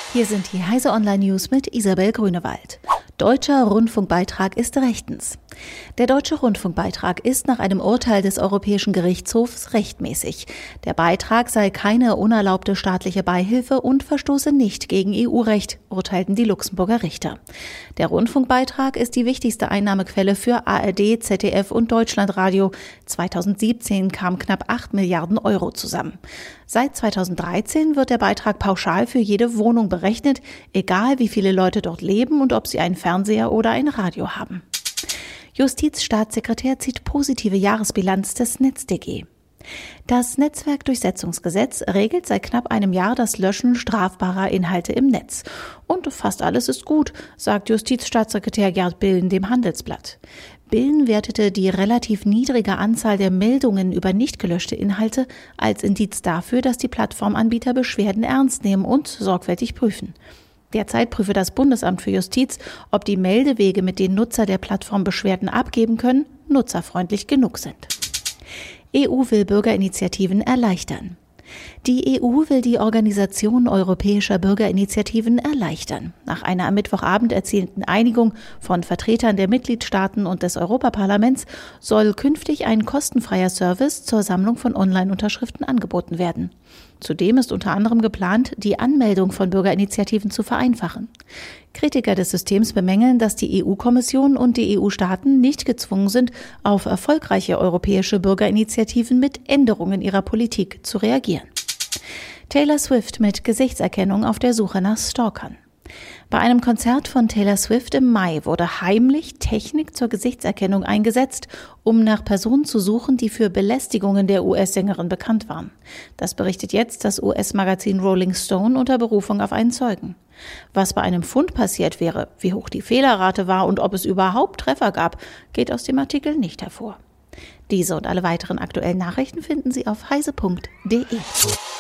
Hier sind die Heise Online News mit Isabel Grünewald. Deutscher Rundfunkbeitrag ist rechtens. Der deutsche Rundfunkbeitrag ist nach einem Urteil des Europäischen Gerichtshofs rechtmäßig. Der Beitrag sei keine unerlaubte staatliche Beihilfe und verstoße nicht gegen EU-Recht, urteilten die Luxemburger Richter. Der Rundfunkbeitrag ist die wichtigste Einnahmequelle für ARD, ZDF und Deutschlandradio. 2017 kamen knapp 8 Milliarden Euro zusammen. Seit 2013 wird der Beitrag pauschal für jede Wohnung berechnet, egal wie viele Leute dort leben und ob sie einen Fernseher oder ein Radio haben. Justizstaatssekretär zieht positive Jahresbilanz des NetzDG. Das Netzwerkdurchsetzungsgesetz regelt seit knapp einem Jahr das Löschen strafbarer Inhalte im Netz. Und fast alles ist gut, sagt Justizstaatssekretär Gerd Billen dem Handelsblatt. Billen wertete die relativ niedrige Anzahl der Meldungen über nicht gelöschte Inhalte als Indiz dafür, dass die Plattformanbieter Beschwerden ernst nehmen und sorgfältig prüfen. Derzeit prüfe das Bundesamt für Justiz, ob die Meldewege, mit denen Nutzer der Plattform Beschwerden abgeben können, nutzerfreundlich genug sind. EU will Bürgerinitiativen erleichtern. Die EU will die Organisation europäischer Bürgerinitiativen erleichtern. Nach einer am Mittwochabend erzielten Einigung von Vertretern der Mitgliedstaaten und des Europaparlaments soll künftig ein kostenfreier Service zur Sammlung von Online-Unterschriften angeboten werden. Zudem ist unter anderem geplant, die Anmeldung von Bürgerinitiativen zu vereinfachen. Kritiker des Systems bemängeln, dass die EU-Kommission und die EU-Staaten nicht gezwungen sind, auf erfolgreiche europäische Bürgerinitiativen mit Änderungen ihrer Politik zu reagieren. Taylor Swift mit Gesichtserkennung auf der Suche nach Stalkern. Bei einem Konzert von Taylor Swift im Mai wurde heimlich Technik zur Gesichtserkennung eingesetzt, um nach Personen zu suchen, die für Belästigungen der US-Sängerin bekannt waren. Das berichtet jetzt das US-Magazin Rolling Stone unter Berufung auf einen Zeugen. Was bei einem Fund passiert wäre, wie hoch die Fehlerrate war und ob es überhaupt Treffer gab, geht aus dem Artikel nicht hervor. Diese und alle weiteren aktuellen Nachrichten finden Sie auf heise.de.